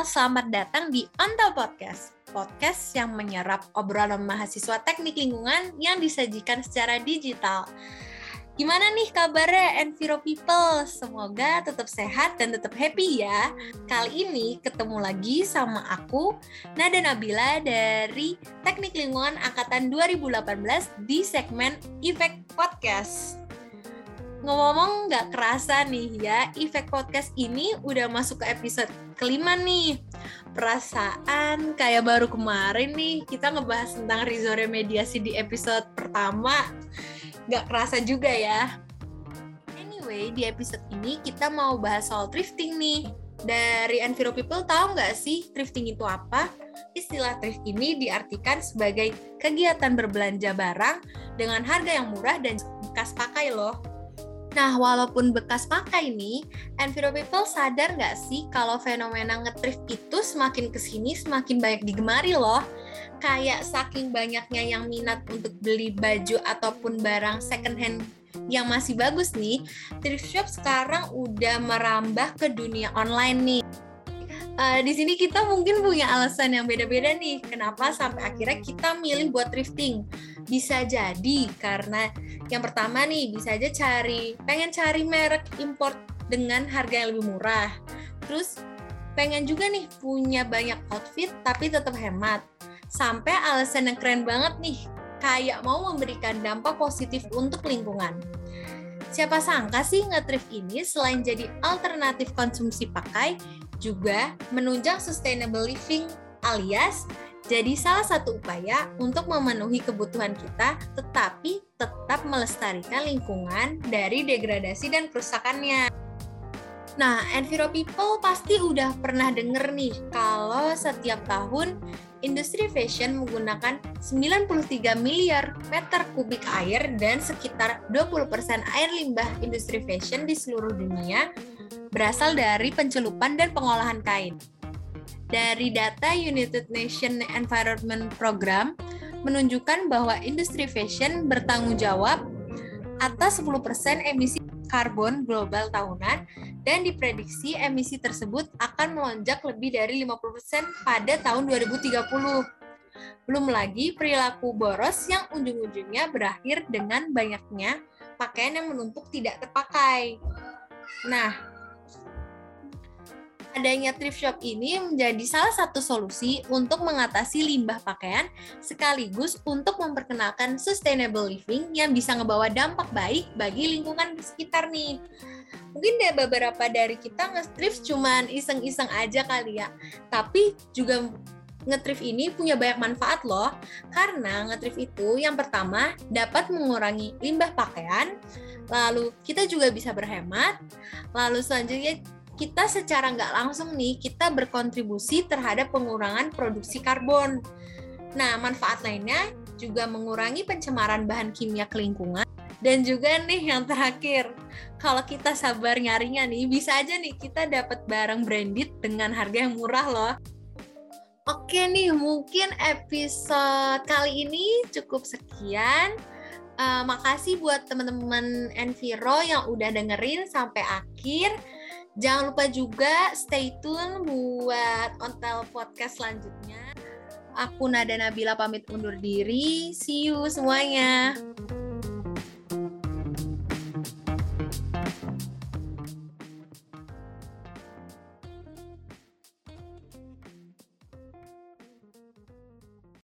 selamat datang di Ontel Podcast. Podcast yang menyerap obrolan mahasiswa teknik lingkungan yang disajikan secara digital. Gimana nih kabarnya Enviro People? Semoga tetap sehat dan tetap happy ya. Kali ini ketemu lagi sama aku, Nada Nabila dari Teknik Lingkungan Angkatan 2018 di segmen Efek Podcast. Ngomong nggak kerasa nih ya, Efek Podcast ini udah masuk ke episode kelima nih. Perasaan kayak baru kemarin nih kita ngebahas tentang rizoremediasi di episode pertama. Nggak kerasa juga ya. Anyway, di episode ini kita mau bahas soal thrifting nih. Dari Enviro People tahu nggak sih thrifting itu apa? Istilah thrift ini diartikan sebagai kegiatan berbelanja barang dengan harga yang murah dan bekas pakai loh. Nah, walaupun bekas pakai nih, Enviro People sadar nggak sih kalau fenomena nge-thrift itu semakin kesini semakin banyak digemari loh. Kayak saking banyaknya yang minat untuk beli baju ataupun barang second hand yang masih bagus nih, thrift shop sekarang udah merambah ke dunia online nih. Di sini kita mungkin punya alasan yang beda-beda nih, kenapa sampai akhirnya kita milih buat thrifting. Bisa jadi karena yang pertama nih, bisa aja pengen cari merek import dengan harga yang lebih murah. Terus pengen juga nih punya banyak outfit tapi tetap hemat. Sampai alasan yang keren banget nih, kayak mau memberikan dampak positif untuk lingkungan. Siapa sangka sih nge-thrift ini selain jadi alternatif konsumsi pakai, juga menunjang sustainable living alias jadi salah satu upaya untuk memenuhi kebutuhan kita tetapi tetap melestarikan lingkungan dari degradasi dan kerusakannya. Nah, Enviro People pasti udah pernah denger nih kalau setiap tahun industri fashion menggunakan 93 miliar meter kubik air dan sekitar 20% air limbah industri fashion di seluruh dunia berasal dari pencelupan dan pengolahan kain. Dari data United Nations Environment Program menunjukkan bahwa industri fashion bertanggung jawab atas 10% emisi karbon global tahunan dan diprediksi emisi tersebut akan melonjak lebih dari 50% pada tahun 2030. Belum lagi perilaku boros yang ujung-ujungnya berakhir dengan banyaknya pakaian yang menumpuk tidak terpakai. Nah, adanya thrift shop ini menjadi salah satu solusi untuk mengatasi limbah pakaian sekaligus untuk memperkenalkan sustainable living yang bisa ngebawa dampak baik bagi lingkungan di sekitar nih. Mungkin beberapa dari kita nge-thrift cuman iseng-iseng aja kali ya, tapi juga nge-thrift ini punya banyak manfaat loh, karena nge-thrift itu yang pertama dapat mengurangi limbah pakaian, lalu kita juga bisa berhemat, lalu selanjutnya kita secara nggak langsung nih, kita berkontribusi terhadap pengurangan produksi karbon. Nah, manfaat lainnya juga mengurangi pencemaran bahan kimia ke lingkungan. Dan juga nih yang terakhir, kalau kita sabar nyarinya nih, bisa aja nih kita dapat barang branded dengan harga yang murah loh. Oke nih, mungkin episode kali ini cukup sekian. Makasih buat teman-teman Enviro yang udah dengerin sampai akhir. Jangan lupa juga stay tune buat Ontel Podcast selanjutnya. Aku Nada Nabila pamit undur diri. See you semuanya.